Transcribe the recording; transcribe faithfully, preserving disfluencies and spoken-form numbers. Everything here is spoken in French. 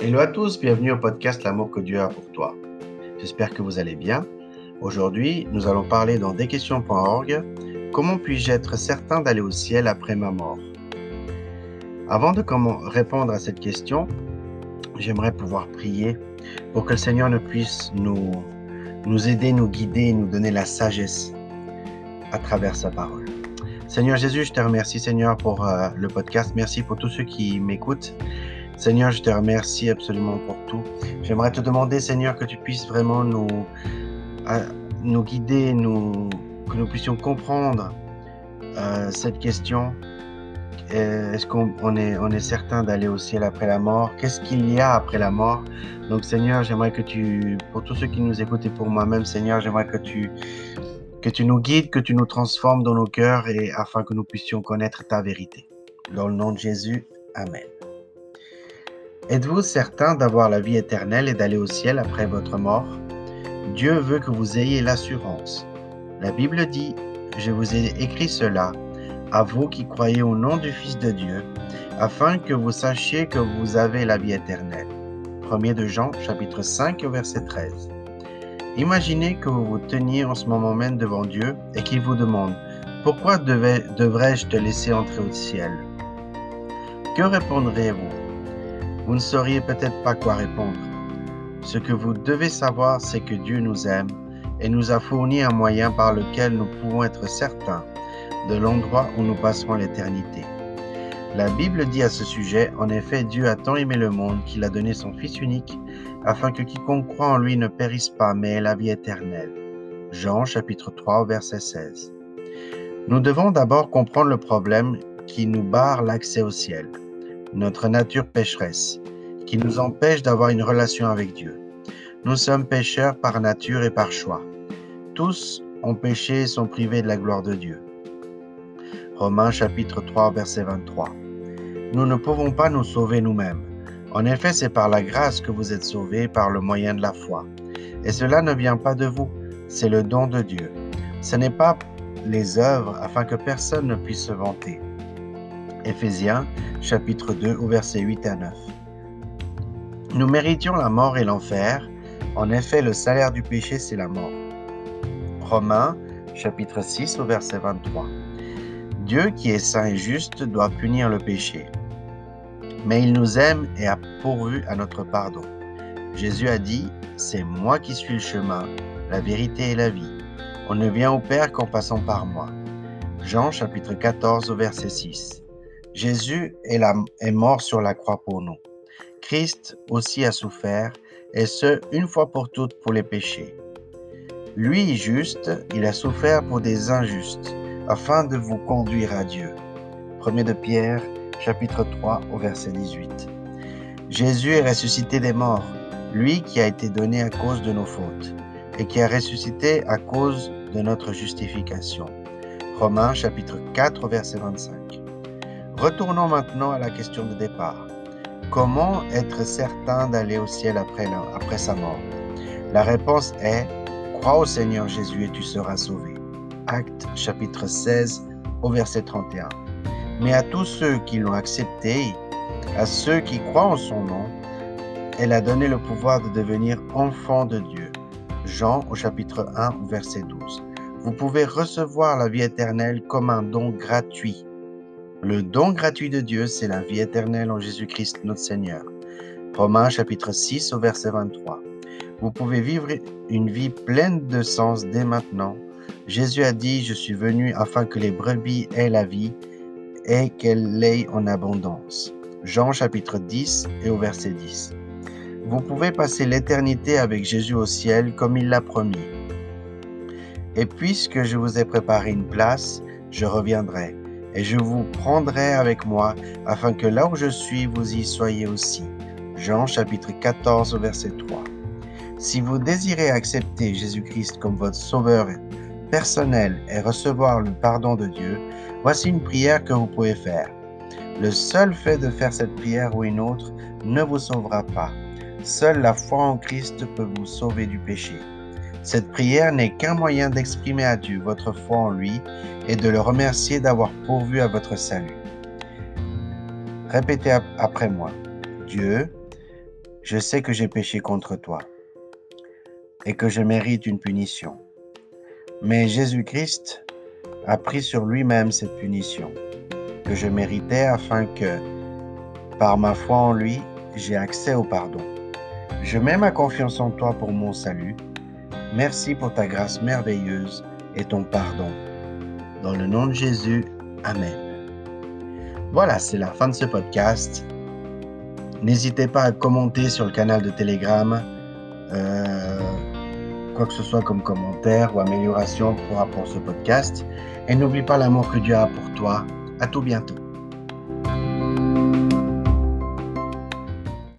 Hello à tous, bienvenue au podcast L'amour que Dieu a pour toi. J'espère que vous allez bien. Aujourd'hui, nous allons parler dans des questions point org comment puis-je être certain d'aller au ciel après ma mort? Avant de comment répondre à cette question, j'aimerais pouvoir prier pour que le Seigneur ne puisse nous, nous aider, nous guider, nous donner la sagesse à travers sa parole. Seigneur Jésus, je te remercie Seigneur pour euh, le podcast. Merci pour tous ceux qui m'écoutent. Seigneur, je te remercie absolument pour tout. J'aimerais te demander, Seigneur, que tu puisses vraiment nous, euh, nous guider, nous, que nous puissions comprendre euh, cette question. Est-ce qu'on on est, on est certain d'aller au ciel après la mort? Qu'est-ce qu'il y a après la mort? Donc, Seigneur, j'aimerais que tu, pour tous ceux qui nous écoutent et pour moi-même, Seigneur, j'aimerais que tu, que tu nous guides, que tu nous transformes dans nos cœurs et afin que nous puissions connaître ta vérité. Dans le nom de Jésus, Amen. Êtes-vous certain d'avoir la vie éternelle et d'aller au ciel après votre mort? Dieu veut que vous ayez l'assurance. La Bible dit « Je vous ai écrit cela, à vous qui croyez au nom du Fils de Dieu, afin que vous sachiez que vous avez la vie éternelle. » premier de Jean, chapitre cinq, verset treize. Imaginez que vous vous teniez en ce moment même devant Dieu et qu'il vous demande « Pourquoi devais, devrais-je te laisser entrer au ciel ?» Que répondriez-vous? Vous ne sauriez peut-être pas quoi répondre. Ce que vous devez savoir, c'est que Dieu nous aime et nous a fourni un moyen par lequel nous pouvons être certains de l'endroit où nous passerons l'éternité. La Bible dit à ce sujet, en effet, Dieu a tant aimé le monde qu'il a donné son Fils unique, afin que quiconque croit en lui ne périsse pas, mais ait la vie éternelle. Jean chapitre trois, verset seize. Nous devons d'abord comprendre le problème qui nous barre l'accès au ciel. Notre nature pécheresse, qui nous empêche d'avoir une relation avec Dieu. Nous sommes pécheurs par nature et par choix. Tous ont péché et sont privés de la gloire de Dieu. Romains chapitre trois, verset vingt-trois. Nous ne pouvons pas nous sauver nous-mêmes. En effet, c'est par la grâce que vous êtes sauvés par le moyen de la foi. Et cela ne vient pas de vous, c'est le don de Dieu. Ce n'est pas les œuvres afin que personne ne puisse se vanter. Éphésiens, chapitre deux, au verset huit à neuf. Nous méritions la mort et l'enfer. En effet, le salaire du péché, c'est la mort. Romains, chapitre six, au verset vingt-trois. Dieu, qui est saint et juste, doit punir le péché. Mais il nous aime et a pourvu à notre pardon. Jésus a dit, « C'est moi qui suis le chemin, la vérité et la vie. On ne vient au Père qu'en passant par moi. » Jean, chapitre quatorze, au verset six. Jésus est, la, est mort sur la croix pour nous. Christ aussi a souffert, et ce, une fois pour toutes pour les péchés. Lui, juste, il a souffert pour des injustes, afin de vous conduire à Dieu. premier de Pierre, chapitre trois, au verset dix-huit. Jésus est ressuscité des morts, lui qui a été donné à cause de nos fautes, et qui a ressuscité à cause de notre justification. Romains, chapitre quatre, au verset vingt-cinq. Retournons maintenant à la question de départ. Comment être certain d'aller au ciel après, la, après sa mort? La réponse est « Crois au Seigneur Jésus et tu seras sauvé ». Actes chapitre seize au verset trente et un. Mais à tous ceux qui l'ont accepté, à ceux qui croient en son nom, elle a donné le pouvoir de devenir enfants de Dieu. Jean au chapitre un au verset douze. Vous pouvez recevoir la vie éternelle comme un don gratuit. Le don gratuit de Dieu, c'est la vie éternelle en Jésus-Christ notre Seigneur. Romains chapitre six au verset vingt-trois. Vous pouvez vivre une vie pleine de sens dès maintenant. Jésus a dit, je suis venu afin que les brebis aient la vie et qu'elle l'ait en abondance. Jean chapitre dix et au verset dix. Vous pouvez passer l'éternité avec Jésus au ciel comme il l'a promis. Et puisque je vous ai préparé une place, je reviendrai. Et je vous prendrai avec moi, afin que là où je suis, vous y soyez aussi. Jean chapitre quatorze, verset trois. Si vous désirez accepter Jésus-Christ comme votre sauveur personnel et recevoir le pardon de Dieu, voici une prière que vous pouvez faire. Le seul fait de faire cette prière ou une autre ne vous sauvera pas. Seule la foi en Christ peut vous sauver du péché. Cette prière n'est qu'un moyen d'exprimer à Dieu votre foi en lui et de le remercier d'avoir pourvu à votre salut. Répétez après moi. Dieu, Je sais que j'ai péché contre toi et que je mérite une punition. Mais Jésus-Christ a pris sur lui-même cette punition que je méritais afin que, par ma foi en lui, j'ai accès au pardon. Je mets ma confiance en toi pour mon salut. Merci pour ta grâce merveilleuse et ton pardon. Dans le nom de Jésus, Amen. Voilà, c'est la fin de ce podcast. N'hésitez pas à commenter sur le canal de Telegram, euh, quoi que ce soit comme commentaire ou amélioration pour rapport à ce podcast. Et n'oublie pas l'amour que Dieu a pour toi. À tout bientôt.